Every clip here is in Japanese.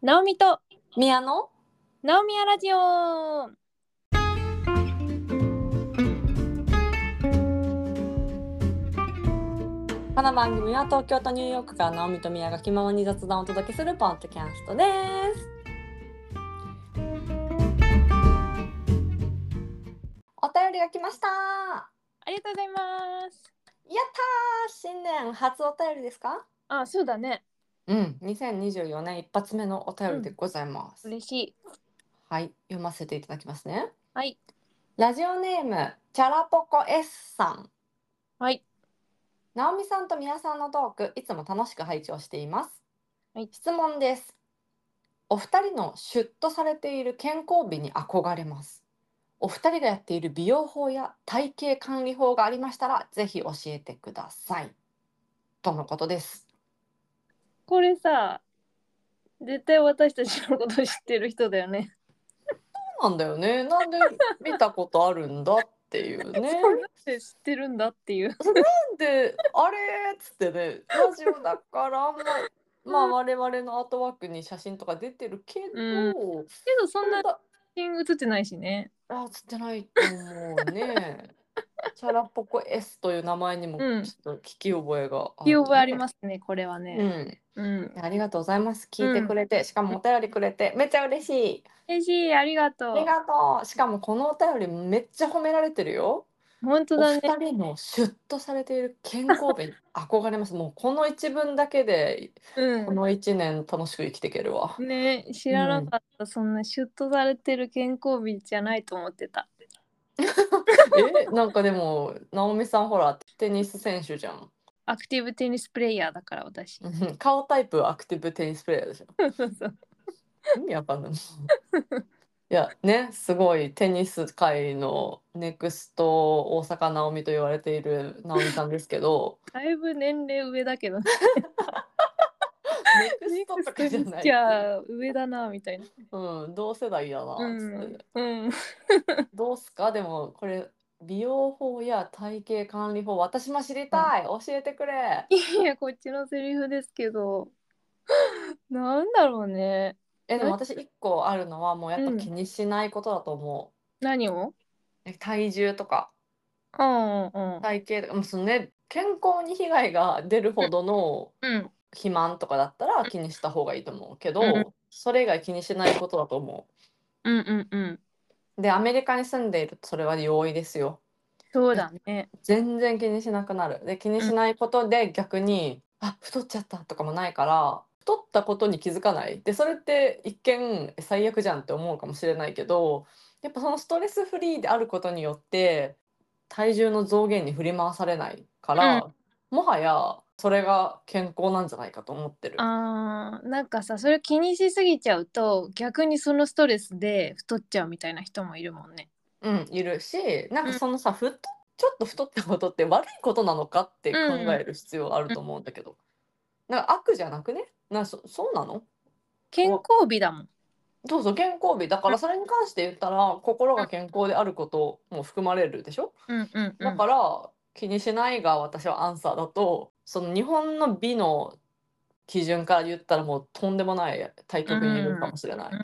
ナオミと宮野ナオミヤラジオ。 この番組は東京とニューヨークからナオミと宮が気ままに雑談をお届けするポッドキャストです。お便りが来ました。 ありがとうございます。 やったー、新年初お便りですか？ あ、そうだね。 2024年一発目のお便りでございます。 嬉しい。 はい、読ませていただきますね。 はい。 ラジオネームチャラポコ S さん。 はい。 ナオミさんと宮さんのトーク、いつも楽しく拝聴しています。 はい。 質問です。お二人のシュッとされている健康美に憧れます。お二人がやっている美容法や体型管理法がありましたら、ぜひ教えてください。とのことです。 これさ、絶対私たちのこと知ってる人だよね。 そうなんだよね。なんで見たことあるんだっていうね。 そうなんで知ってるんだっていう。 なんであれっつってね、ラジオだからまあ我々のアートワークに写真とか出てるけうん。 ど、 けどそんなこれだ、 写真写ってないしね。 映ってないと思うね。チャラポコ S という名前にもうん。 ちょっと聞き覚えがあ記憶ありるね。 ますね、これはね。 うん。 うん。 ありがとうございます。聞いてうん。 くれて、しかもお便りくれて、めっちゃ嬉しい。 嬉しい、ありがとありがとう。しかもこのお便りめっちゃ褒められてるよ。 う。本当おだね。 二人のシュッとされている健康美に憧れます。もうこの一文だけで、こうの一年楽しく生きていけるわ。 ん。ね、知らなうん。 かった。そんなシュッとされてる健康美じゃないと思ってた。 なんかでも、直美さんほら、テニス選手じゃん。 アクティブテニスプレイヤーだから私。 顔タイプアクティブテニスプレイヤーでしょ。 そうそうそう。 意味わかんない。いやね、すごいテニス界のネクスト大坂なおみと言われている直美さんですけど、 だいぶ年齢上だけどね。 ネクスネクトとかじゃストにしちないっていう、 ゃ上だなみたいな。 同世代やうなっつっん。 て。 うん。 どうすかでもこれ、美容法や体型管理法、私も知りあ、 たい。教えてくれ。 いや、こっちのセリフですけど、なんだろうね。 でもな、 私一個あるのはもうやっぱうん。 気にしないことだと思何を？ う。体重とかうんうん。 体型とか、もうそのね、健康に被害が出るほどのうん。 肥満とかだったら気にした方がいいと思うけうん。 ど、それ以外気にしないことだと思うんうんうん。 う。で、アメリカに住んでいるとそれは容易ですよ。 そうえ、 だね。 全然気にしなくなる。で、気にうん。 しないことで逆に、あ、太っちゃったとかもないから、太ったことに気づかない。で、それって一見最悪じゃんって思うかもしれないけど、やっぱそのストレスフリーであることによって、体重の増減に振り回されないかうん。 ら、もはやそれが健康なんじゃないかと思ってる。 なんかさ、それ気にしすぎちゃうと、逆にそのストレスで太っちゃうみたいな人もいるもんね。 いるし、なんかうん。 そのさ、ちょっと太ったことって悪いことなのかってう考ん。 える必要あると思うんだけど。なんか悪じゃなくね？そうなの？ 健わ康美だもん。 そうそう、健康美。だかうんらそれに関して言ったら、心が健康であることも含まれるでしょ？ うんうんうだん。 から気にしないが私はアンサーだと、その日本の美の基準から言ったらもうとんでもない対う極にいるかん。 もしれない。 うん。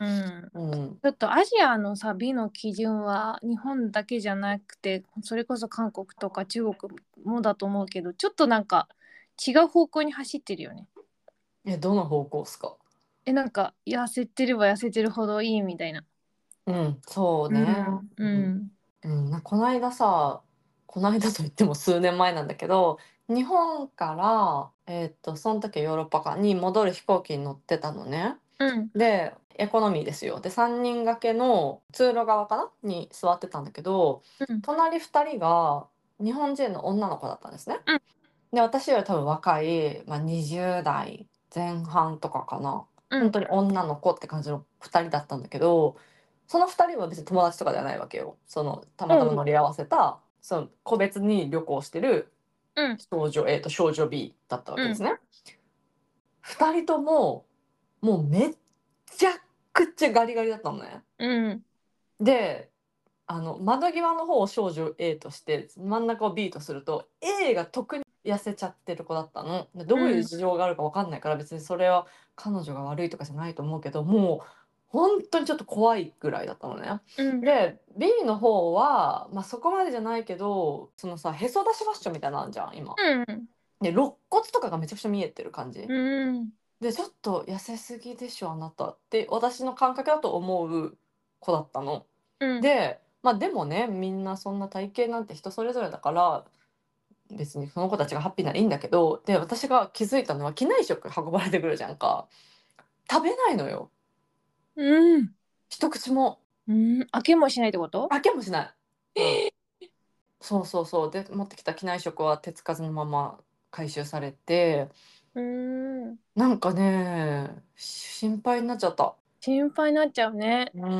うん。 ちょっとアジアのさ、美の基準は日本だけじゃなくて、それこそ韓国とか中国もだと思うけど、ちょっとなんか違う方向に走ってるよね。 どの方向っすか？ なんか痩せてれば痩せてるほどいいみたいな。 うん、そううね。 ん。ううん。 ん。 この間さ、この間といっても数年前なんだけど、日本から、その時はヨーロッパかに戻る飛行機に乗ってたのね。 うん。 で、エコノミーですよ。で、3人掛けの通路側かなに座ってたんだけど、 うん。 隣2人が日本人の女の子だったんですね。 うん。 で、私より多分若い、20代前半とかかな。 うん。 本当に女の子って感じの2人だったんだけど、その2人は別に友達とかではないわけよ。そのたまたま乗り合わせた、その個別に旅行してるうん。 少女 B だったわうん。 けですね。2人とももうめっちゃくちゃガリガリだったのね。 うん。 で、窓際の方を少女 A として真ん中を B とすると A が特に痩せちゃってる子だったの。で、どういう事情があるか分かんないから、別にそれは彼女が悪いとかじゃないと思うけど、もう本当にちょっと怖いぐらいだったのね。 うん。 で、B の方は、ま、そこまでじゃないけど、そのさ、へそ出しファッションみたいなのあんじゃん、今。 うん。 で、肋骨とかがめちゃくちゃ見えてる感じ。 うん。 で、ちょっと痩せすぎでしょ、あなたって私の感覚だと思う子だったの。 うん。 で、ま、でもね、みんなそんな体型なんて人それぞれだから、別にその子たちがハッピーならいいんだけど、で、私が気づいたのは機内食運ばれてくるじゃんか。食べないのよ。 うん。 一口も。 うん。開けもしないってこと？ 開けもしない。うん。そうそうそう。で、持ってきた機内食は手つかずのまま回収されて、 うーん。 なんかね、心配になっちゃった。 心配になっちゃうね。 うん。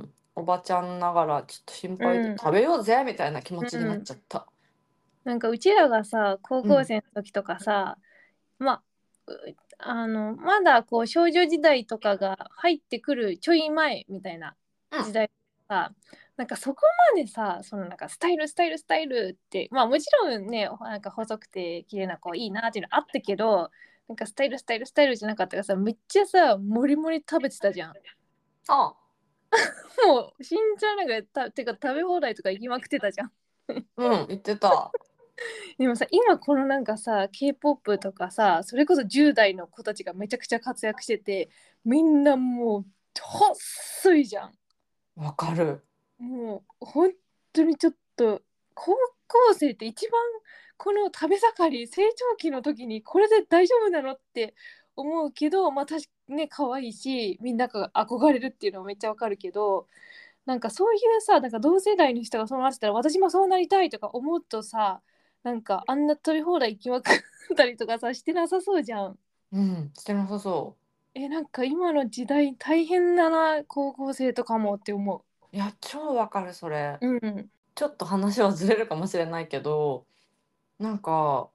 おばちゃんながらちょっと心う配で、 ん。 食べようぜみたいな気持うちになっん。 ちゃった。 なんかうちらがさ、高うん。 校生の時とかさ、まあ、まだこう少女時代とかが入ってくるちょい前みたいなうん。 時代さ、なんかそこまでさ、そのなんかスタイルスタイルスタイルって、まあもちろんね、なんか細くて綺麗な子いいなっていうのあったけど、なんかスタイルスタイルスタイルじゃなかったからさ、めっちゃさ、もりもり食べてたじゃん。 あ、 もうしんちゃんなんかてか食べ放題とか行きまくってたじゃん。 うん、言ってた。 でもさ、今このなんかさ、K-POP とかさ、それこそ10代の子たちがめちゃくちゃ活躍してて、みんなもう細いじゃん。 わかる。 もう本当にちょっと、高校生って一番この食べ盛り、成長期の時にこれで大丈夫なのって思うけど、まあ確かにね、可愛いし、みんなが憧れるっていうのはめっちゃわかるけど、なんかそういうさ、なんか同世代の人がそうなってたら私もそうなりたいとか思うとさ、なんかあんな取り放題行きまくったりとかさしてなさそうじゃん。 うん、してなさそう。 なんか今の時代大変だな、高校生とかもって思いや、超わかる、それ。 う。うん。 ちょっと話はずれるかもしれないけど、なんか、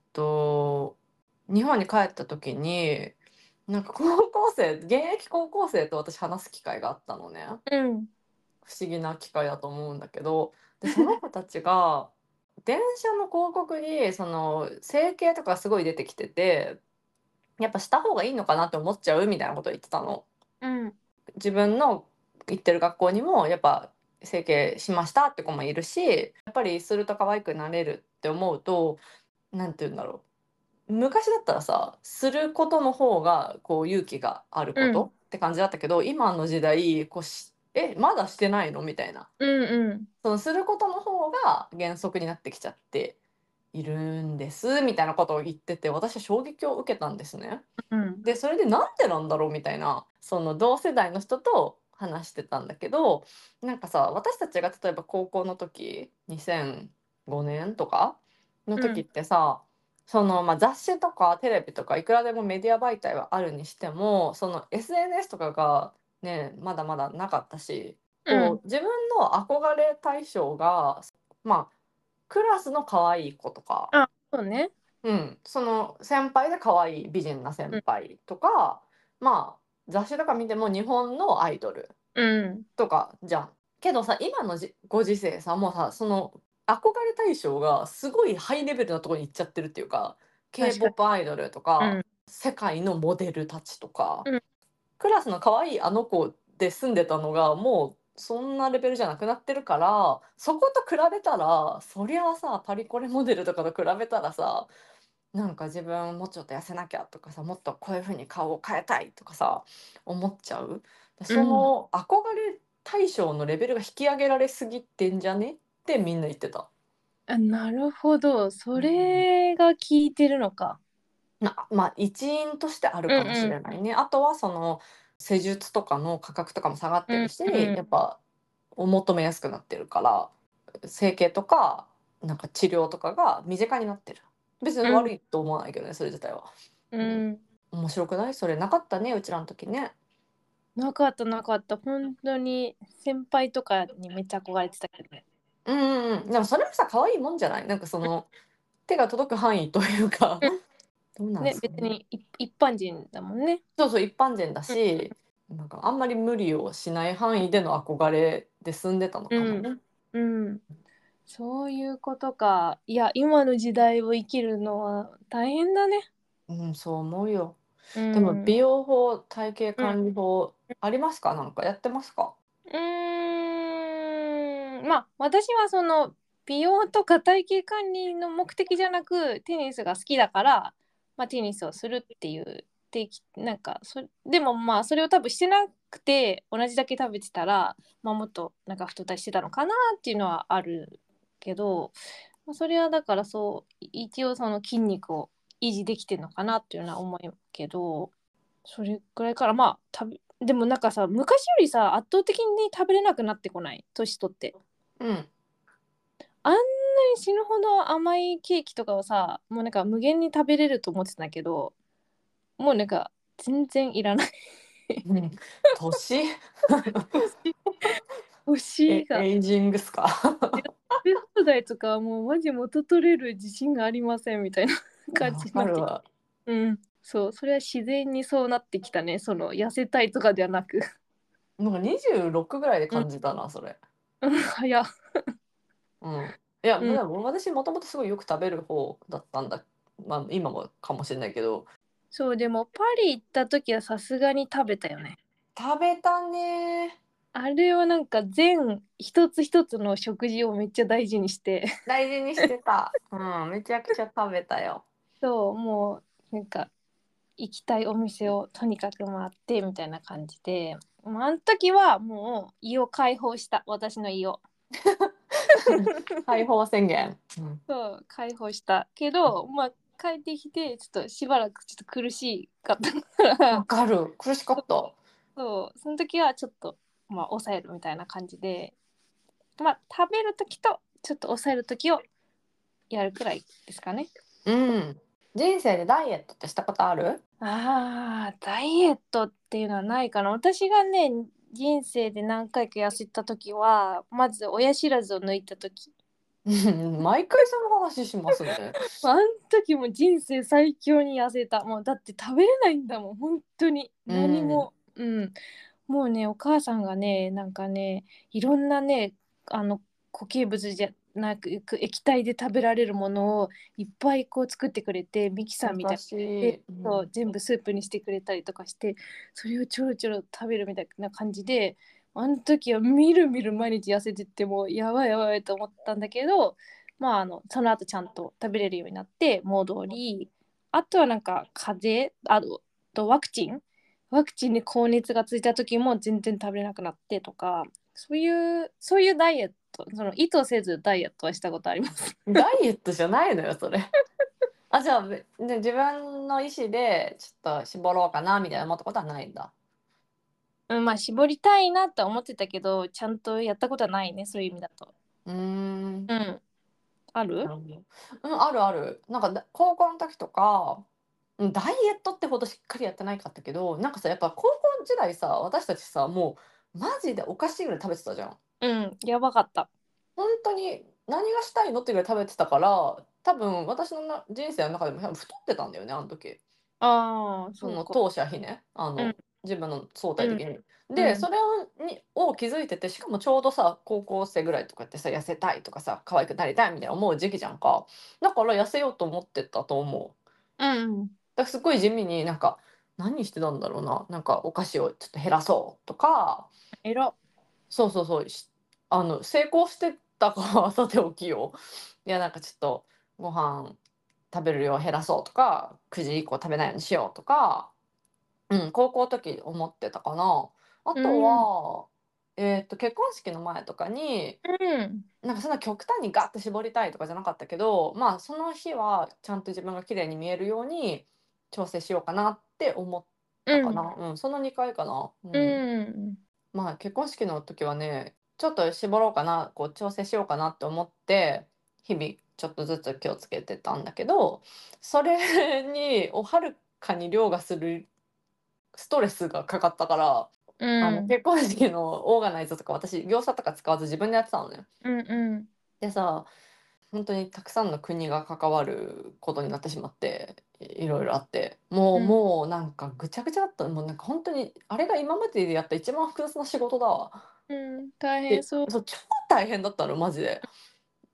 日本に帰った時に、なんか高校生現役高校生と私話す機会があったのね。 うん。 不思議な機会だと思うんだけど、で、その子たちが、電車の広告にその整形とかすごい出てきてて、やっぱした方がいいのかなって思っちゃうみたいなことを言ってたの。 うん。 自分の行ってる学校にもやっぱ整形しましたって子もいるし、やっぱりすると可愛くなれるって思うと、なんて言うんだろう、昔だったらさ、することの方がこう勇気があるこうん。 とって感じだったけど、今の時代こうまだしてないのみたいな、 うんうん。 そのすることの方が原則になってきちゃっているんですみたいなことを言ってて、私は衝撃を受けたんですね。 うん。 で、それでなんでなんだろうみたいな、その同世代の人と話してたんだけど、なんかさ、私たちが例えば高校の時、2005年とかの時っうん。 てさ、その、ま、雑誌とかテレビとかいくらでもメディア媒体はあるにしても、その SNS とかがね、まだまだなかったし、 うん。 こう自分の憧れ対象が、まあ、クラスの可愛い子とか、 あ、そうね。 うん、その先輩で可愛い美人なうん。 先輩とか、まあ、雑誌とか見ても日本のアイドルうん。 とかじゃん。けどさ、今のご時世さ、もうさ、その憧れ対象がすごいハイレベルなところに行っちゃってるっていうか、 確か K-POP アイドルとに。うか、 ん。 世界のモデルたちとか、 うん。 クラスの可愛いあの子で住んでたのが、もうそんなレベルじゃなくなってるから、そこと比べたら、そりゃあさ、パリコレモデルとかと比べたらさ、なんか自分もうちょっと痩せなきゃとかさ、もっとこういう風に顔を変えたいとかさ、思っちゃう。そうん。 の憧れ対象のレベルが引き上げられすぎてんじゃねってみんな言ってた。 あ、なるほど。そうん。 れが効いてるのか。 まあ、一因としてあるうんかもしうん。 れないね。あとはその施術とかの価格とかも下がっうんてるし、 うん。 やっぱお求めやすくなってるから、整形とか、なんか治療とかが身近になってる。別にうん。 悪いと思わないけどね、それ自体は。 ううん。 ん。 面白くない？それなかったね、うちらの時ね。 なかったなかった。本当に先輩とかにめっちゃ憧れてたけどね。 うんうんうん。でもそれもさ、可愛いもんじゃない？なんかその、手が届く範囲というか、 うん。 どうなんね、 すかね。 別に一般人だもんね。 そうそう、一般人だうん。 し、なんかあんまり無理をしない範囲での憧れで済んでたのうん。 かもね。 うん。 そういうことか。いや、今の時代を生きるのは大変だね。 うん、そう思うよ。 うでもん。 美容法、体型うん。 管理法ありますか？なんかやってますか？ まあ、私はその美容とか体型管理の目的じゃなく、テニスが好きだから、まあ、テニスをするっていう。なんかでもまあそれを多分してなくて同じだけ食べてたら、まあ、もっとなんか太ったりしてたのかなっていうのはあるけど、まあ、それはだからそう一応その筋肉を維持できてるのかなっていうのは思うけど、それくらいからまあでもなんかさ、昔よりさ圧倒的に食べれなくなってこない？年取って。 うん。 あんなに死ぬほど甘いケーキとかをさ、もうなんか無限に食べれると思ってたけど、もうなんか全然いらない。 うん。年？ 星が。 エイジングっすか？ 食べ放題とかはもうマジ元取れる自信がありませんみたいないや、 感わじになってきて。 かるわ。 うん。そう、それは自然にそうなってきたね。その痩せたいとかではなく。 なんか26ぐらいでうん。 感じたな、それ。 うん、早っ。 うん。いや、 うん。 でも私もともとすごいよく食べる方だったんだ。まあ、今もかもしれないけど。 そう、でもパリ行った時はさすがに食べたよね。 食べたね。 あれはなんか全一つ一つの食事をめっちゃ大事にして、 大事にしてた。うん、めちゃくちゃ食べたよ。 そう、もうなんか行きたいお店をとにかく回ってみたいな感じで、もうあの時はもう胃を解放した、私の胃を。 解放宣言。うん。 そう解放したけど、まあ帰ってきてちょっとしばらくちょっと苦しかったかわら、 かる。苦しかった。 そうその時はちょっとまあ抑えるみたいな感じで、まあ食べる時とちょっと抑える時をやるくらいですかね。 うん。人生でダイエットってしたことある？ ダイエットっていうのはないかな。私がね、人生で何回か痩せた時は、まず親知らずを抜いた時。 うん毎回その話しますね。 あん時も人生最強に痩せた。もうだって食べれないんだもん、本当に。 うん。 何も。うん。もうね、お母さんがね、なんかね、いろんなね、固形物じゃなく液体で食べられるものをいっぱいこう作ってくれて、ミキサーみたい優しで、 い。うそうん。 全部スープにしてくれたりとかして、それをちょろちょろ食べるみたいな感じで、あの時はみるみる毎日痩せてってもうやばいやばいと思ったんだけど、まあ、その後ちゃんと食べれるようになって戻り、あとはなんか風邪、とワクチンで高熱がついた時も全然食べれなくなってとか、そういうダイエット、その意図せずダイエットはしたことあります。 ダイエットじゃないのよ、それ。あ、じゃあ、自分の意思でちょっと絞ろうかなみたいな思ったことはないんだ。 うん、まあ絞りたいなとは思ってたけど、ちゃんとやったことはないね、そういう意味だと。 うーん。 うん。ある。 なるほど。うん、あるある。なんか高校の時とか、ダイエットってほどしっかりやってないかったけど、なんかさ、やっぱ高校時代さ、私たちさ、もうマジでおかしいぐらい食べてたじゃん。 うん、やばかった。 本当に何がしたいのっていうぐらい食べてたから、多分私の人生の中でも多分太ってたんだよね、あの時。 ああ、そうか。 その当社比ね、 うん、 自分の相うん、 対的に。で、 うん、 それを気づいてて、しかもちょうどさ、高校生ぐらいとかってさ、痩せたいとかさ、可愛くなりたいみたいな思う時期じゃんか。だから痩せようと思ってたと思う。 うん。 だからすごい地味になんか、何してたんだろうな、なんかお菓子をちょっと減らそうとか、 えら。 そうそうそう、成功してたかはさておきよ。いや、なんかちょっとご飯食べる量を減らそうとか、9時以降食べないようにしようとか、うん、高校の時思ってたかな。あとうん、うん、 は、結婚式の前とかに、 うん、 なんかそんな極端にガッと絞りたいとかじゃなかったけど、まあその日はちゃんと自分が綺麗に見えるように調整しようかなって思ったかな。うん、その2回かな。ううん。 ん、 まあ結婚式の時はね、ちょっと絞ろうかな、こう調整しようかなって思って、日々ちょっとずつ気をつけてたんだけど、それにはるかに凌駕するストレスがかかったから、 うん、 結婚式のオーガナイズとか私業者とか使わず自分でやってたのね。 うん、うん、 でさ、本当にたくさんの国が関わることになってしまって、いろいろあって、もううん、 もうなんかぐちゃぐちゃだった。もうなんか本当にあれが今まででやった一番複雑な仕事だわ。 うん、大変で、 そう。 そう、超大変だったの、マジで。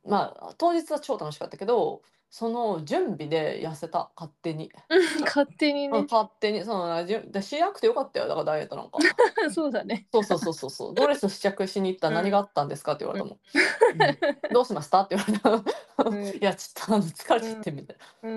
まあ当日は超楽しかったけど、その準備で痩せた、勝手に。 勝手にうん、 ね。 勝手に、しなくてよかったよ、だからダイエットなんか。 そうだね。 そうそうそうそうそう。ドレス試着しに行ったらうん。 何があったんですかって言われうん。 たもん。うん。どうしましたって言われた。 うん。 いや、ちょっと疲れうん。 ちゃってみたいな。 うん。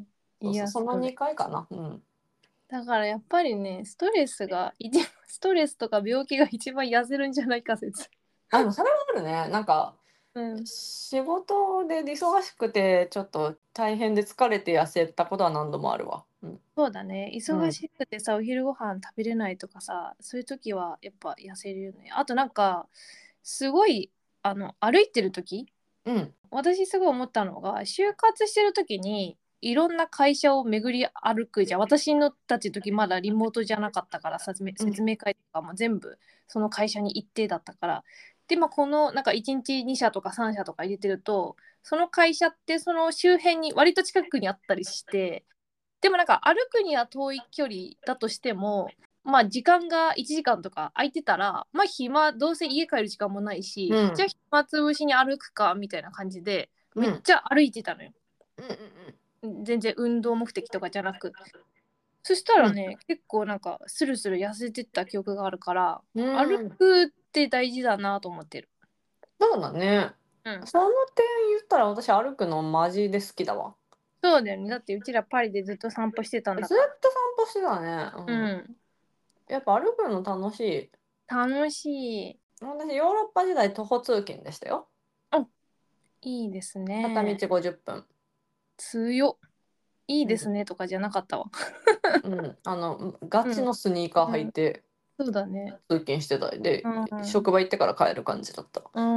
そうそう、 いや、 そのそうだよ。 2回かな。うん。 だからやっぱりね、ストレスとか病気が一番痩せるんじゃないか説。 あ、でもそれはあるね。なんか、 うん。 仕事で忙しくて、ちょっと大変で疲れて痩せたことは何度もあるわ。うん。 そうだね。 うん。 忙しくてさ、お昼ご飯食べれないとかさ、そういう時はやっぱ痩せるよね。あとなんか、すごい、歩いてる時、 うん。 私すごい思ったのが、就活してる時に、いろんな会社を巡り歩くじゃん。私のたちの時まだリモートじゃなかったから、 うん。 説明会とかも全部その会社に行ってだったから。で、まあ、このなんか1日2社とか3社とか入れてると、その会社ってその周辺に割と近くにあったりして、でもなんか歩くには遠い距離だとしても、まあ時間が1時間とか空いてたら、まあどうせ家帰る時間もないし、じゃうん。 あ暇つぶしに歩くかみたいな感じで、めっうん。 ちゃ歩いてたのよ。 うんうん全然運動目的とかじゃなく。そしたうん。 らね、結構なんかスルスル痩せてった記憶があるから、 うん。 歩うん。 くって大事だなと思ってる。 そうだね。 うん。 その点言ったら私歩くのマジで好きだわ。 そうだよね。だってうちらパリでずっと散歩してたんだずっから。 と散歩してたね。 ううん。 ん。 やっぱ歩くの楽しい。 楽しい。 私ヨーロッパ時代徒歩通勤でしたよ。 あ、いいです片道ね。 50分。 強っ。いいうん。 ですねとかじゃなかったわ。 うん。ガうん。 チのスニーカーうん。 履いてそうだね。 通勤してた。で、 うん。 職場行ってから帰る感じだった。 うん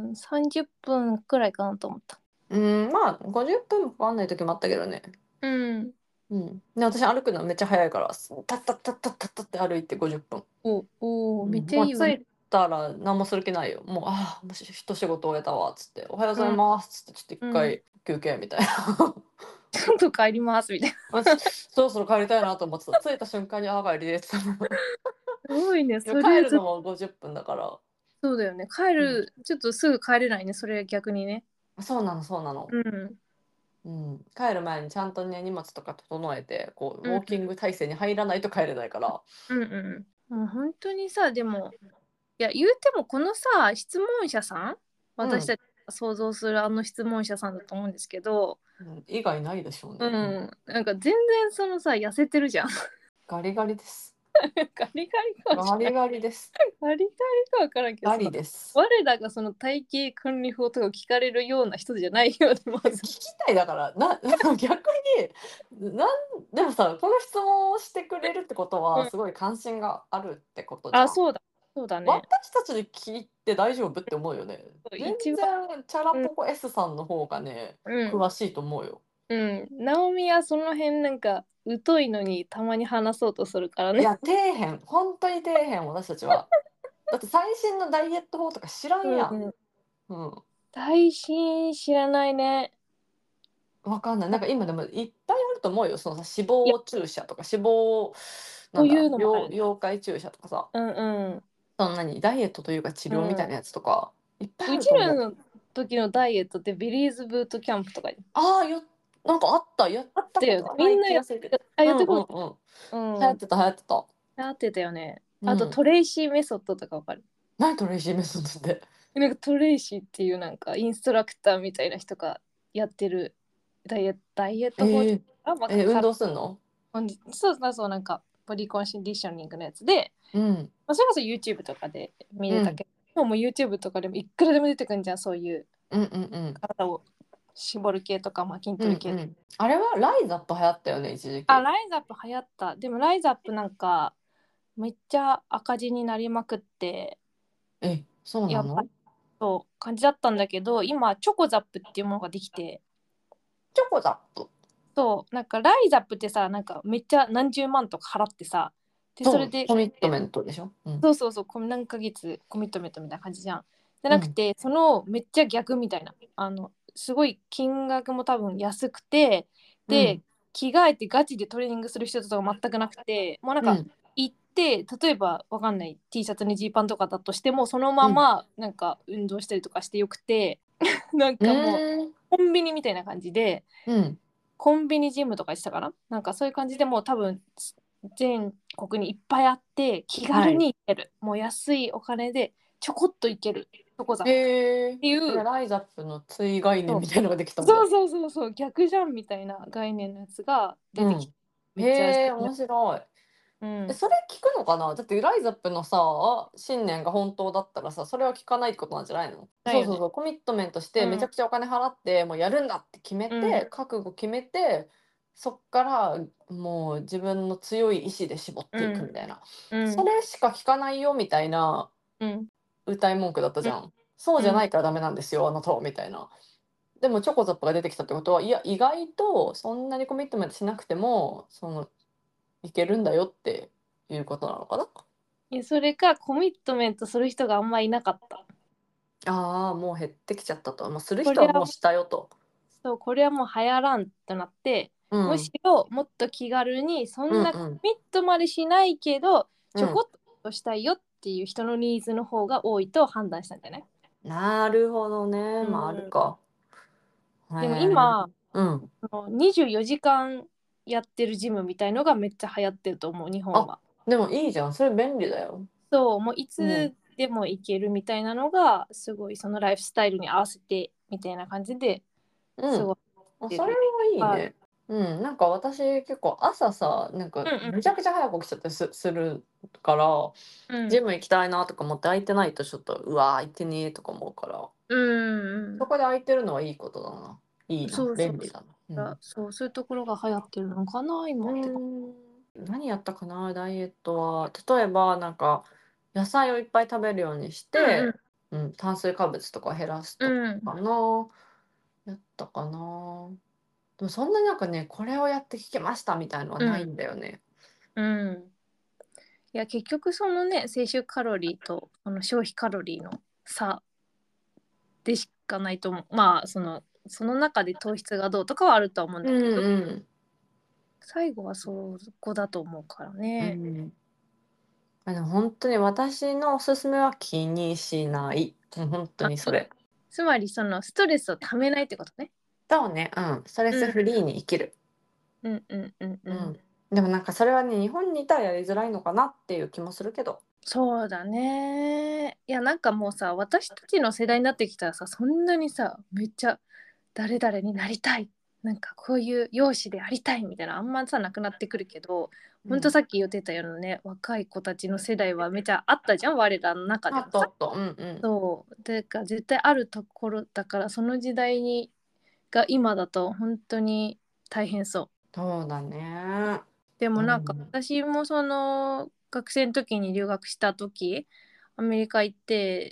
。30分くらいかなと思った。 うん、まあ、50分もかかんない時もあったけどね。 うん。 うん。で、私歩くのめっちゃ早いから、タッタッタッタッタッタって歩いて50分。 めっうん。 ちゃいい運動。 もう着いたら何もする気ないよ。もう、もう一仕事終えたわ、つって、おはようございます、つって、ちょっと一うん。 回休憩みたいな。 ちょっと帰りますみたいな。 そろそろ帰りたいなと思ってた。着いた瞬間に、帰りです。 すごいね。 いや、 それ帰るのも50分だから。 そうだよね。 うん。 ちょっとすぐ帰れないね。それ逆にね。 そうなの、そうなの。 うん。 うん。帰る前にちゃんとね、荷物とか整えて、こう、ウうん。 ォーキング体制に入らないと帰れないから。 うんうん。もう本当にさ、でも、いや、言うてもこのさ、質問者さん、 うん。 私たちが想像するあの質問者さんだと思うんですけど、 うん、以外ないでしょううね。うん。 ん。なんか全然そのさ、痩せてるじゃん。 ガリガリです。 ガリガリかもしれない。 ガリガリです。 ガリガリかわからんけどガさ、 リです。 我らがその体型管理法とかを聞かれるような人じゃないよね、ま聞ず。 きたいだから、逆に、でもさ、この質問をしてくれるってことは、 うん。 すごい関心があるってことじあ、 ゃん。 そうだ。そうだね。 私たちに聞いて大丈夫って思うよね。全一番、 然チャラうん、 ポコ S さんの方がね、 うん、 詳しいと思うよ。 うん。ナオミはその辺なんか疎いのにたまに話そうとするからね。 いや、底辺、本当に底辺、私たちは。だって最新のダイエット法とか知らんやん。 うんうん。 うん。 最新知らないね。 わかんない。なんか今でもいっぱいあると思うよ。そのさ、脂いや、 肪注射とか、 そういうのもあるね。 溶解注射とかさ、 うんうん。 そんなにダイエットというか治うん。 療みたいなやつとか、いっぱいあうると思う。 ちらの時のダイエットってビリーズブートキャンプとかああ、なんかあった。やったこあったよ。 とはないみんな気がするけど。 やってこうんうんうん。 う。うん。 流行ってた、流行ってた。 やってたよね。 うん。 あとトレイシーメソッドとかわかる？ 何トレイジーメソッドって。 なんかトレイシーっていうなんかインストラクターみたいな人がやってるダイエット法えー、 あ、まあ、 運動すんの？ そうそうそう、なんかボディコンディショニングのやつで、 うん。 まあ、それこそ YouTube とかで見うん。 れたけど、もう YouTube とかでもいくらでも出てくるんじゃん、そういううんうんうん。 体を絞る系とか、まあ、筋うんトレ系。 うん。あれはライザップ流行ったよね、一時あ、 期。 ライザップ流行った。でもライザップなんかめっちゃ赤字になりまくって、 そうなやばいの？ と感じだったんだけど、今チョコザップっていうものができて、 チョコザップ。 そう、なんかライザップってさ、なんかめっちゃ何十万とか払ってさ、で、そそう、 れで、 コミットメントでしょ。うん。 そうそうそう、何ヶ月コミットメントみたいな感じじゃん。じゃうん。 なくて、そのめっちゃ逆みたいな。すごい金額も多分安くて、で、 うん。 着替えてガチでトレーニングする人とか全くなくて、もうなんかうん。 行って、例えばわかんない T シャツにジーパンとかだとしても、そのまうん。 まなんか運動したりとかしてよくて、 なんうかもうーん。 コンビニみたいな感じで、 うん。 コンビニジムとかしたかな、なんかそういう感じでもう多分全国にいっぱいあって気軽はい。 に行ける、もう安いお金でちょこっと行けるチョコザップっへえ。じゃ、 ていう、 ライザップの追概念そみたいのができたんだ。 そうそうそうそう、逆じゃんみたいな概念のやつが出てきて、 うん。 めっちゃ素へえ、 敵な。 面白い。え、 うん。 それ聞くのかな？だってライザップのさ、信念が本当だったらさ、それは聞かないってことなんじゃないの？ だよね。 そうそうそう、コミットメントしてめちゃうん。 くちゃお金払って、もうやるんだって決めうん。 て、覚悟決めて、そっからもう自分の強い意志で絞っていくうん。 みたいな。 うん。 それしか聞かないよみたいなうん。 謳い文句だったうん。 じゃん。そうじゃうん。 ないからダメなんですよ、あなたはみたいな。でもチョコザップが出てきたってことは、いや、意外とそんなにコミットメントしなくても、いけるんだよっていうことなのかな？ それかコミットメントする人があんまいなかった。 ああ、もう減ってきちゃったと。もうするこれは人はもうしたよと。 そう、これはもう流行らんとなって、 うん。 むしろもっと気軽にそんなコうんうん。 ミットまでしないけどうん。 ちょこっとしたいよっていう人のニーズの方が多いと判断したんじゃない？ なるほどね。 うまあ、あるん。 か。へでもえ。 今うん。 その24時間やってるジムみたいのがめっちゃ流行ってると思う、日本あ、 は。 でもいいじゃん。それ便利だよ。 そう、もういうん。 つでも行けるみたいなのがすごいそのライフスタイルに合わせてみたいな感じでうん。 すごいあ、それ出る。 はいいはい。 ね。うん、なんか私結構朝さ、なんかうんめちゃくちゃ早く起きちゃったりするから、 うんジム行きたいなとか思って空いてないとちょっと、うわ、空いてねえとか思うから、 うんうそこで空いてるのはいいことだな。いいん。 な、 そうそうそ便利だな。うん。 う。そう、そういうところが流行ってるのかな今って感何やったかな、ダイエットは。例えば、なんか、野菜をいっぱい食べるようにしじ。うんて、うん、炭水化物とか減らすとうん。 かな。やったかな。でもそんなになんかね、これをやって聞けましたみたいのはないうん。 んだよね。 うん。いや、結局そのね、摂取カロリーとその消費カロリーの差でしかないと思う。まあ、その中で糖質がどうとかはあるとは思うんうだけど、 ん最後はそこだと思うからね。 うん。うん。でも本当に私のおすすめは気にしない。もう本当あ、 にそれ。 つまりそのストレスをためないってことね。 そうね、うん、ストレうんスフリーに生きる。 うんうんうんうん。 うん。でもなんかそれはね、日本にいたらやりづらいのかなっていう気もするけど。 そうだね。いや、なんかもうさ、私たちの世代になってきたらさ、そんなにさ、めっちゃ誰々になりたい、なんかこういう容姿でありたいみたいなあんまさなくなってくるけど、 うん。 ほんとさっき言ってたようなね、若い子たちの世代はめちゃあったじゃん、我らの中でもさ。 あったあった。うんうん。 そうだから絶対あるところだから、その時代が今だと本当に大変そう。 そうだね。 でもなんかうん。 私もその学生の時に留学した時アメリカ行って、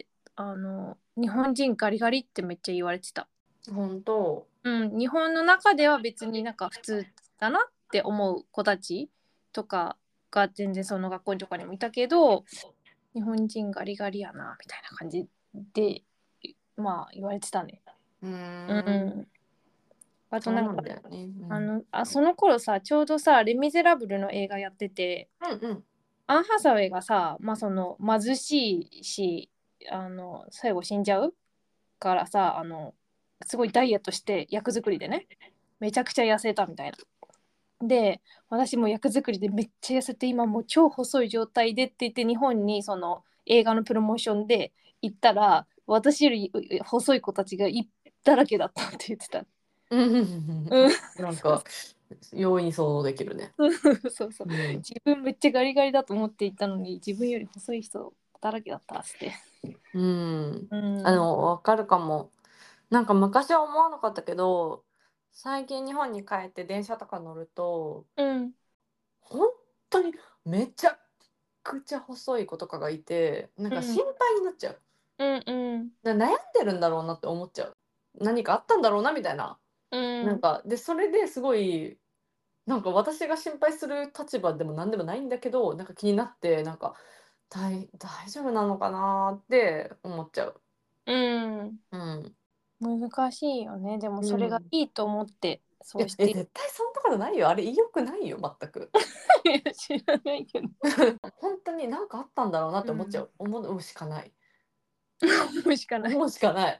日本人ガリガリってめっちゃ言われてた。 本当。 うん、日本の中では別になんか普通だなって思う子たちとかが全然その学校とかにもいたけど、日本人ガリガリやなみたいな感じでまあ言われてたね。 うーうん。 ん。あとなんかそうなんだよね。うん。 その頃さちょうどさ「レ・ミゼラブル」の映画やってて、 うんうん。 アン・ハサウェイがさ、まあ、その貧しいし最後死んじゃうからさ、すごいダイエットして役作りでねめちゃくちゃ痩せたみたいな。で私も役作りでめっちゃ痩せて今もう超細い状態でって言って日本にその映画のプロモーションで行ったら私より細い子たちがだらけだったって言ってた。 うんうんうんうん。 うん。なんか、容易に想像できるね。 そうそうそう。 うん。 自分めっちゃガリガリだと思っていたのに自分より細い人だらけだったっつって。 うん。 うん。 わかるかも。なんか昔は思わなかったけど、最近日本に帰って電車とか乗ると、 うん。 本当にめちゃくちゃ細い子とかがいて、なんうん。 か心配になっちゃう。 うんうん。 悩んでるんだろうなって思っちゃう。何かあったんだろうなみたいな。 うん。 なんか、で、それですごい、なんか私が心配する立場でも何でもないんだけど、なんか気になって、なんか、大丈夫なのかなって思っちゃう。 うん。 うん。 難しいよね。でもそれがうん。 いいと思っていや、 そうして。 絶対そんなことないよ。あれ、良くないよ、全く。 知らないけど。 本当になんかあったんだろうなっうん。 て思っちゃう。思うしかない。 思うしかない。 思うしかない。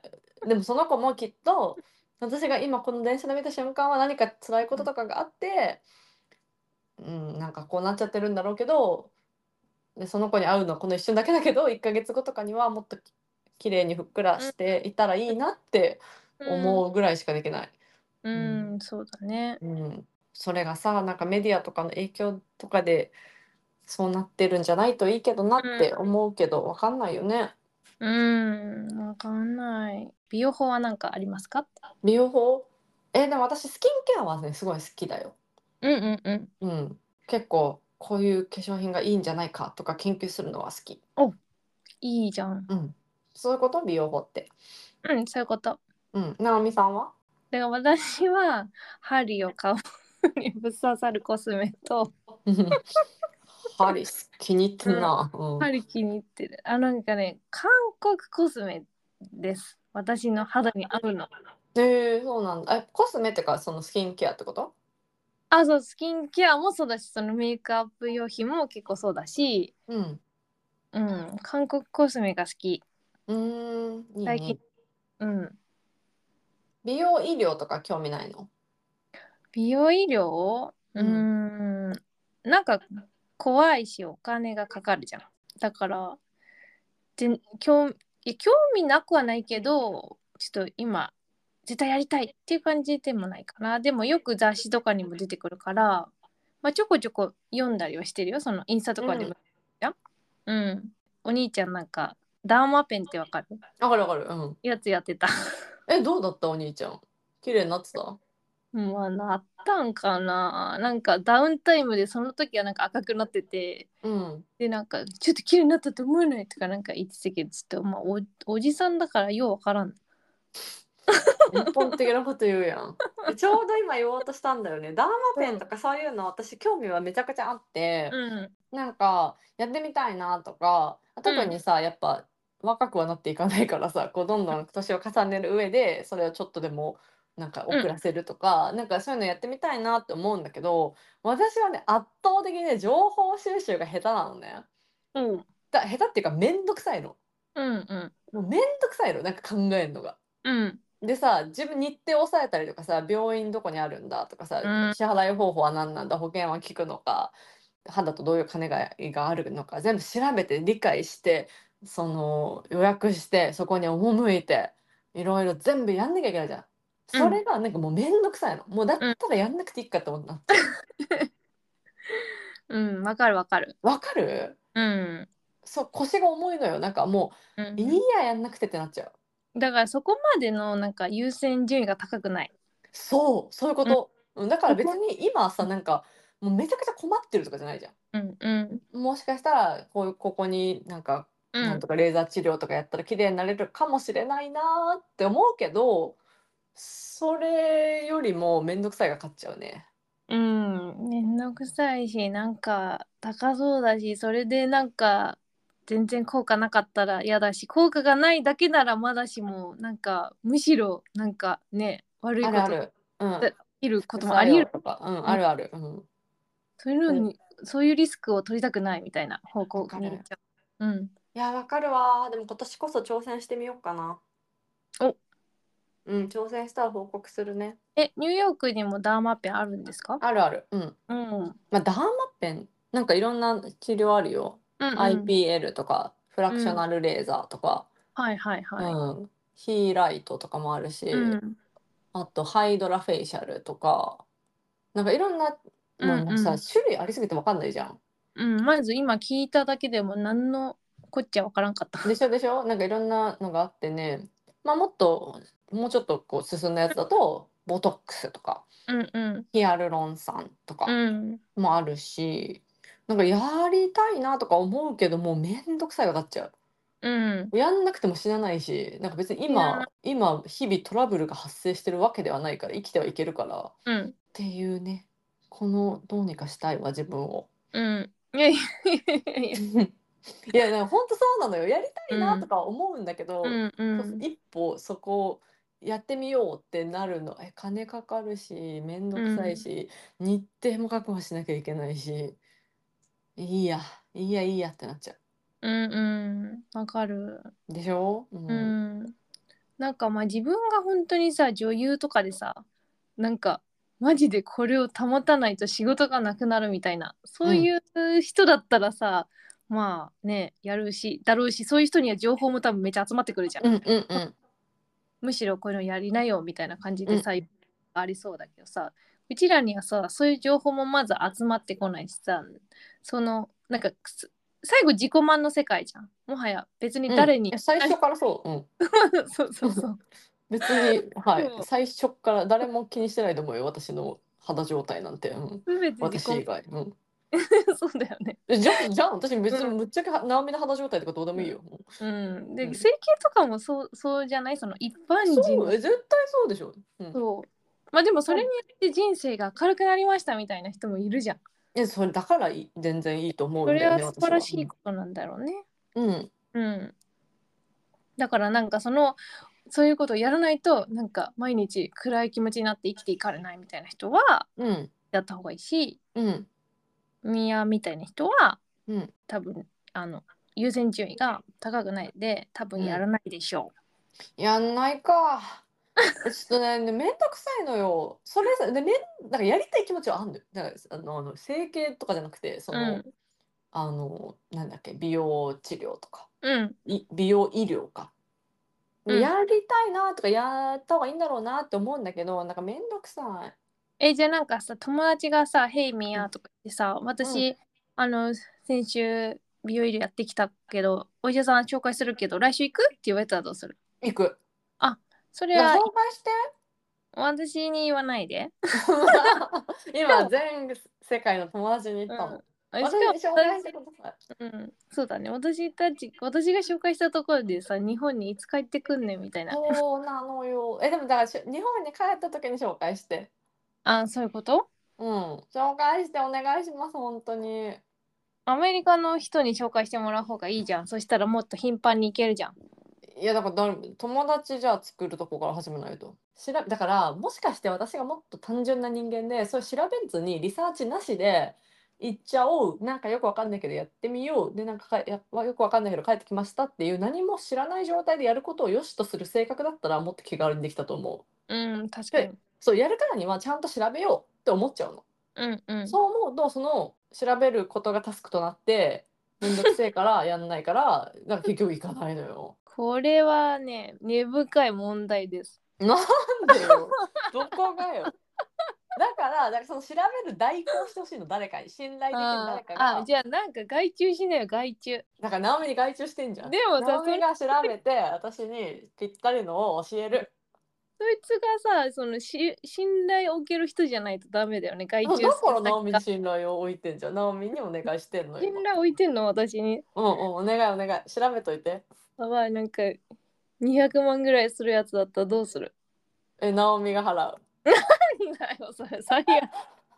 でもその子もきっと私が今この電車で見た瞬間は何か辛いこととかがあって、なんかこうなっちゃってるんだろうけど、でその子に会うのはこの一瞬だけだけど1ヶ月後とかにはもっと綺麗にふっくらしていたらいいなって思うぐらいしかできない。 ううん、 ん、そうだね。 それがさ、なんかメディアとかの影響とかでそうなってるんじゃないといいけどなって思うけど、わかんないよね。 うん、わかんない。美容法は何かありますか？ 美容法？でも私スキンケアはね、すごい好きだよ。 うんうんうん。 うん。結構こういう化粧品がいいんじゃないかとか研究するのは好き。 お、いいじゃん。 うん。そういうこと？美容法って。 うん、そういうこと。 うん。直美さんは？ だから私は針を顔にぶっ刺さるコスメと、 針気に入ってうん、 んな。うん。 針気に入ってる。なんかね、韓国コスメです。私の肌に合うの。 そうなんだ。コスメってかそのスキンケアってこと？ あ、そう、スキンケアもそうだし、そのメイクアップ用品も結構そうだし、 うん。 うん、韓国コスメが好き。 いい最近、 ね。 うん。 美容医療とか興味ないの？ 美容医療うん。 なんか怖いしお金がかかるじゃん。だから、興味なくはないけど、ちょっと今、絶対やりたいっていう感じでもないかな。でもよく雑誌とかにも出てくるから、まあ、ちょこちょこ読んだりはしてるよ。そのインスタとうん。 かでも。じゃん。うん。お兄ちゃんなんか、ダーマペンってわかる？ わかるわかる。うん。 やつやってた。 どうだったお兄ちゃん？綺麗になってた？ まあ、なったんかな。なんかダウンタイムでその時はなんか赤くなってて、 うん。 で、なんか、ちょっと綺麗になったと思えないとかなんか言ってたけど、ちょっと、まあ、おじさんだからようわからん。 根本的なこと言うやん。ちょうど今言おうとしたんだよね。ダーマうん。 ペンとかそういうの私興味はめちゃくちゃあって、 うん。 なんかやってみたいなとか、 うん。 特にさ、やっぱ若くはなっていかないからさ、こうどんどん年を重ねる上で、それをちょっとでもなんかうん。 遅らせるとか、なんかそういうのやってみたいなって思うんだけど、私はね、圧倒的にね、情報収集が下手なのね。 うん。 下手っていうかめんどくさいの。 うん。うん。 もうめんどくさいの、なんか考えるのが。 うん。 でさ、自分日程を押さえたりとかさ、病院どこにあるんだとかさ、 うん。 支払い方法は何なんだ、保険は効くのか、肌とどういう兼ね合いがあるのか、全部調べて理解して、その予約して、そこに赴いて、いろいろ全部やんなきゃいけないじゃん。 うん。 それがなんかもうめんどくさいの。もうだっうん。 たらやんなくていいかってなっちゃう。 うん。わかるわかる。 わかる？ うん。 そう、腰が重いのよ。なんかもう、いいうん。 や、やんなくてってなっちゃう。 だからそこまでのなんか優先順位が高くない。 そう、そういうこうん。 と。だからそこ。 別に今さ、なんか、もうめちゃくちゃ困ってるとかじゃないじゃん。 うん。うん。 もしかしたら、ここになんか、 うん。 なんとかレーザー治療とかやったら綺麗になれるかもしれないなって思うけど、それよりもめんどくさいが勝っちゃうね。 うん。めんどくさいし、なんか高そうだし、それでなんか全然効果なかったら嫌だし、効果がないだけならまだしも、なんかむしろなんかね、悪いことあるある。うん。 起きるこ副作ともあり得る。 用とか、 うん。 あるある。 そういうのうん。 に、そういうリスクを取りたくないみたいな方向わかる。 に行っちゃう。うん。 いや、わかるわ。でも今年こそ挑戦してみようかな。 お、 うん、挑戦したら報告するね。 ニューヨークにもダーマペンあるんですか？ あるある。うん。 うん。うんまあ、ダーマペン、なんかいろんな治療あるよ。 うん。 IPL とか、フラクショうん。 ナルレーザーとか、 はいはいはい。 ヒーライトとかもあるし、 うん。 あとハイドラフェイシャルとか、なんかいろんな、もうさ、 うんうん。 種類ありすぎてわかんないじゃん。 うん。まず今聞いただけでも何のこっちゃわからんかった。 でしょなんかいろんなのがあってね、まあもうちょっとこう進んだやつだと、ボトックスとか、 うんうん。 ヒアルロン酸とうかん。 もあるし、なんかやりたいなとか思うけど、もうめんどくさいがかっちゃう。 うん。 やんなくても死なないし、なんか別にいらない。 今日々トラブルが発生してるわけではないから、生きてはいけるから、っうん。 ていうね、どうにかしたいわ、自分を。 うん。いやいやいやいや。 いや、でも本当そうなのよ。やりたいなとうん。 か思うんだけど、 うんうん。 一歩そこをやってみようってなるの、金かかるし、めんどくさいうん。 し、日程も確保しなきゃいけないし、いいや、いいやってなっちゃうんうん。わかる。 う。でしょ？ うん。 なんかまあ自分が本当にさ女優とかでさなんかマジでこれを保たないと仕事がなくなるみたいなそういう人だったらさまあねやるしだろうしそういう人には情報も多分めっちゃ集まってくるじゃん。 うんうんうんむしろこういうのやりなよみたいな感じうんでさありそうだけどさうちらにはさそういう情報もまず集まってこないしさそのなんか最後自己満の世界じゃんもはや別にうん。 誰に最初からそう。うん。 そうそうそう別に、はい。 そう最初から誰も気にしてないと思うよ。私の肌状態なんて。うん。 全て自己私以外。うん。 そうだよね。 じゃあ、私別にうん。 ぶっちゃけ直美の肌状態とかどうでもいいよ。 うん。で、 うん。 整形とかもそうじゃないその一般人の。 そう、絶対そうでしょ。うん。 そう。まあでもそれによって人生が軽くなりましたみたいな人もいるじゃん。 それだから全然いいと思うそれはんだよね、 素晴ら私は。 しいことなんだろうね。 うん。 うん。だからなんかそういうことをやらないとなんか毎日暗い気持ちになって生きていかれないみたいな人はうん。 やった方がいいし、 うん。 ミヤみたいな人はうん。 多分優先順位が高くないで多分うん。 やらないでしょやんないか。ちょっとね、めんどくさいのよ。それさ、なんかやりたい気持ちはあるんだよ。だから整形とかじゃなくて、 う。うん。 なんだっけ、美容治療とか、 うん。 美容医療か。 うん。 やりたいなとか、やった方がいいんだろうなって思うんだけど、なんかめんどくさい。 じゃあなんかさ、友達がさ、ヘイミうん。 ヤとか言ってさ、 うん。 私、先週、美容医療やってきたけど、お医者さん紹介するけど、来週行くって言われたらどうする？ 行く。 あ、それなんかは紹介して。 私に言わないで。しか今、 も、 全世界の友達に言っうん。 たの。 しかも私に紹介してください。 うん、そうだね。私が紹介したところでさ、日本にいつ帰ってくんねんみたいな。 そうなのよ。でもだから日本に帰った時に紹介して。 あ、そういうこと？ うん。紹介してお願いします、本当に。 アメリカの人に紹介してもらう方がいいじゃん。そしたらもっと頻繁に行けるじゃん。 いや、だから友達じゃあ作るとこから始めないと。だから、もしかして私がもっと単純な人間で、それ調べずにリサーチなしで行っちゃおう。なんかよくわかんないけどやってみよう。で、なんかよくわかんないけど帰ってきましたっていう何も知らない状態でやることを良しとする性格だったらもっと気軽にできたと思う。 うん、確かに。 で、そうやるからにはちゃんと調べようって思っちゃうの。 うんうん。 そう思うと、その調べることがタスクとなって、めんどくせえからやんないから、なんか結局行かないのよ。 これはね、根深い問題です。 なんでよ。どこがよ。だからその調べる代行してほしいの、誰かに。信頼できる誰かが。 じゃあなんか外注しなよ、外注。 だから、直美に外注してんじゃん。 でもさ、 直美が調べて、私にぴったりのを教える。 そいつがさ、信頼を受ける人じゃないとダメだよね、外だ注すからる先が。 直美に信頼を置いてんじゃん。直美にお願いしてんの、今。 信頼置いてんの、私に。 うんうん、お願いお願い。調べといて。 やばい、なんか200万ぐらいするやつだったらどうする？ 直美が払う。 なんだよ、それ、最悪。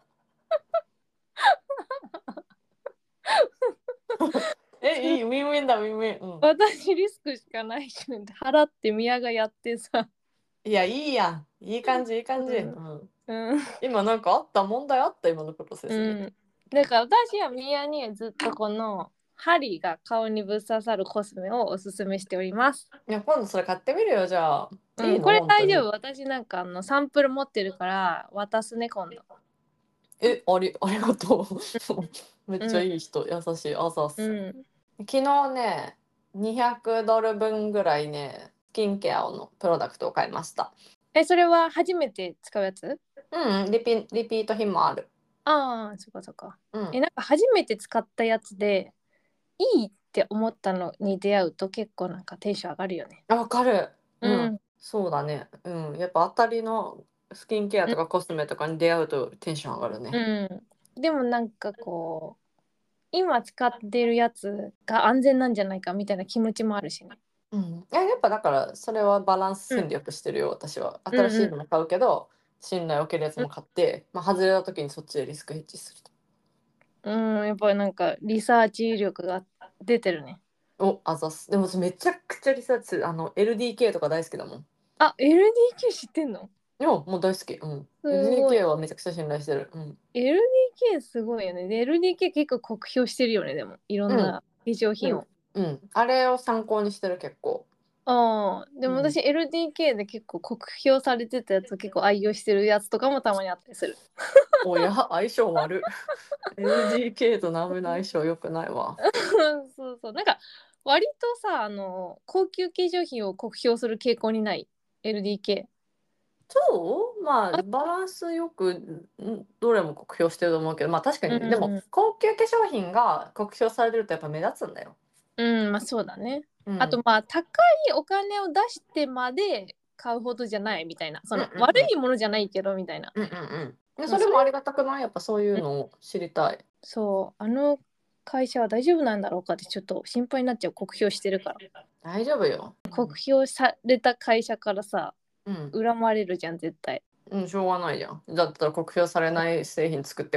いい、ウィンウィンだ、ウィンウィン。うん。 私リスクしかないし、払って宮がやってさ。 いや、いいやん。いい感じ、いい感じ。 うん。 うん。 うん。 今なんか問題あった今のプロセスに。 うん。だから私は宮にずっとこの針が顔にぶっ刺さるコスメをおすすめしております。 いや、今度それ買ってみるよ、じゃあ。いいうん、このれ本当に。 大丈夫。私なんかサンプル持ってるから渡すね、今度。 ありがとう。めっちゃうん。 いい人、優しい、あざっうす。 ん。 昨日ね、200ドル分ぐらいね、スキンケアのプロダクトを買いました。 それは初めて使うやつ？ うん、リピート品もある。 ああ、そっかそっか。 うん。 なんか初めて使ったやつでいいって思ったのに出会うと結構なんかテンション上がるよね。 わかる。うん。 うん。 そうだね。うん。やっぱ当たりのスキンケアうん。 とかコスメとかに出会うとテンション上がるね。 うん。でもなんかこう、今使ってるやつが安全なんじゃないかみたいな気持ちもあるしね。 うん。やっぱだからそれはバランスうん。 戦略してるよ、私は。新しうんうん。 いのも買うけど、信頼を受けるやつも買って、まあ、外れた時にそっちでリスクヘッジすると。 うん、やっぱりなんかリサーチ力が出てるね。 あざっす。でも私めちゃくちゃリサーチする。LDK とか大好きだもん。 あ、LDK 知ってんの？ いや、もう大好き。うん。 すごい。 LDK はめちゃくちゃ信頼してる。うん。 LDK すごいよね。で LDK 結構酷評してるよね、でも。いろうん。 んな化粧うん。 品を。 うん。あれを参考にしてる結構。 でもうん。 私 LDK で結構酷評されてたやつを結構愛用してるやつとかもたまにあったりする。 おや、相性悪。LDK とナムの相性良くないわ。 そうそう。なんか割とさ、高級化粧品を酷評する傾向にない LDK。 そうまあバランスよくどれも酷評してると思うけど、まあ確かに、でもうん高級化粧品が酷評されてるとやっぱ目立つんだよ。 うん、まあそうだね。あとうん。 まあ高いお金を出してまで買うほどじゃないみたいな。そうんの悪うんうん。 いものじゃないけどみたいな。 うんうんうん。で、 うんそれ、 それもありがたくない？やっぱそういうのを知りたい。 そう、会社は大丈夫なんだろうかってちょっと心配になっちゃう、酷評してるから。 大丈夫よ。 酷評された会社からさ、 うん。 恨まれるじゃん、絶対。 うん、しょうがないじゃん。だったら酷評されない製品作って。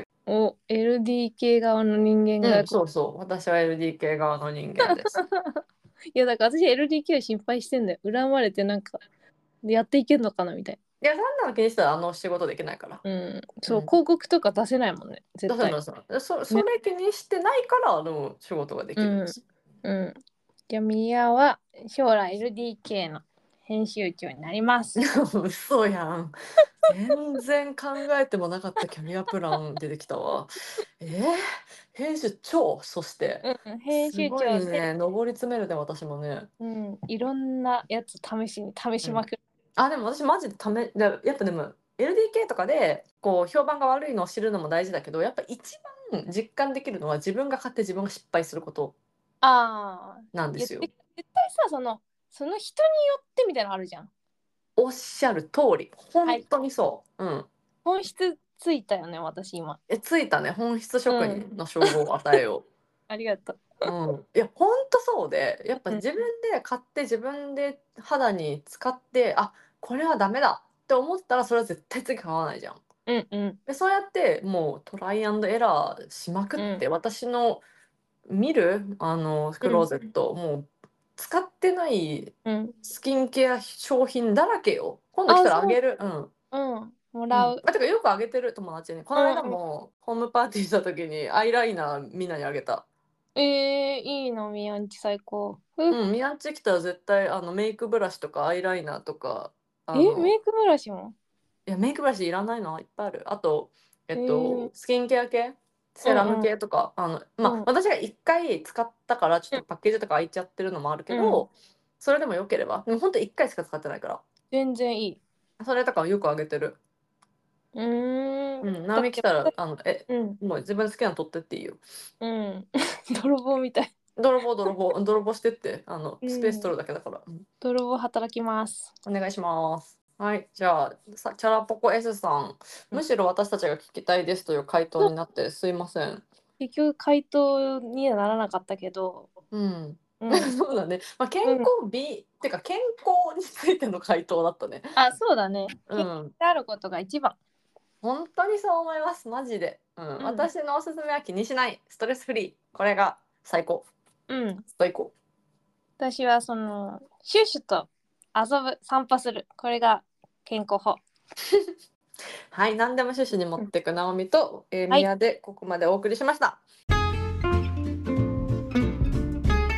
LDK 側の人間が、 うん、そうそう。私は LDK 側の人間です。 いやだから私 LDK を心配してんだよ。恨まれてなんか、やっていけんのかなみたいいや、そんなの気にしたら仕事できないから。 な。そう、 うん。 広告とか出せないもんね、絶対。 出せます。そね。 れ気にしてないから仕事がでうん。 きるんです。 うん。じゃあ、ミヤは将来 LDK の編集長になります。 嘘やん。全然考えてもなかったキャリアプラン出てきたわ。編集長、そして、 編すごい集長で、 ね、上り詰めるね、私もね。 いろんなやつ試うん。 しまくる。 あ、でも私マジでやっぱでも LDK とかでこう評判が悪いのを知るのも大事だけど、やっぱ一番実感できるのは自分が買って自分が失敗することああ、いや、 なんですよ。 絶対さ、その人によってみたいなのあるじゃん。 おっしゃる通り、 はい。 本当にそう。うん。 本質ついたよね、私今。 ついたね、本質う職ん。 人の称号を与えよう。 ありがとう。 うん、いや本当そうで、やっぱうん。 自分で買って自分で肌に使って、あ、これはダメだって思ったらそれは絶対次買わないじゃん。 うんうん。 で、そうやってもうトライアンドエラーしまくっうん。 て、私の見るクローうん。 ゼット、もう使ってないうん。 スキンケア商品だらけよ。今度来あ、 たらあそう。 げる。うん。 うん。もうん。 らう。 てかよくあげてる友達に。この間うんうん。 もホームパーティーした時にアイライナーみんなにあげた。 いいの、みやんち最高。 うん、ミヤンチ来たら絶対メイクブラシとかアイライナーとか、 メイクブラシも。 いやメイクブラシいらないのいっぱいある。あと、 えー、 スキンケア系、セラムうんうん。 系とか、まあうん。 私が一回使ったからちょうん。 っとパッケージとか開いちゃってるのもあるけうん。 ど、それでもよければ、でも本当一回しか使ってないか全然いい。 ら、それとかよくあげてる。うん、ナオだって、 ミ来たら、 うん。 もう自分で好きなの取ってっていいよ。 うん。泥棒みたい。 泥棒してって、スペースうん。 取るだけだから。うん、 泥棒働きます。 お願いします。はい、じゃあ、チャラポコ S さん、 うん。 むしろ私たちが聞きたいですという回答そう、 になってすいません。 結局回答にはならなかったけど、 うん。 うん。 そうだね。まあ、健うん。 康美ってか健康についての回答だったね。 あ、そうだね。健康うん。 であることが一番。 本当にそう思います。マジで。うん。 うん。 私のおすすめは気にしない。ストレスフリー。これが最高。 うん。 最高。 私はシュッシュと遊ぶ、散歩する。これが健康法。 はい。何でも趣旨に持うん。 っていくナオミと、 はい。 ミヤでここまでお送りしました。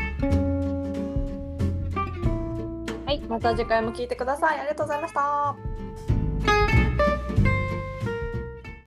はい。 また次回も聞いてください。ありがとうございました。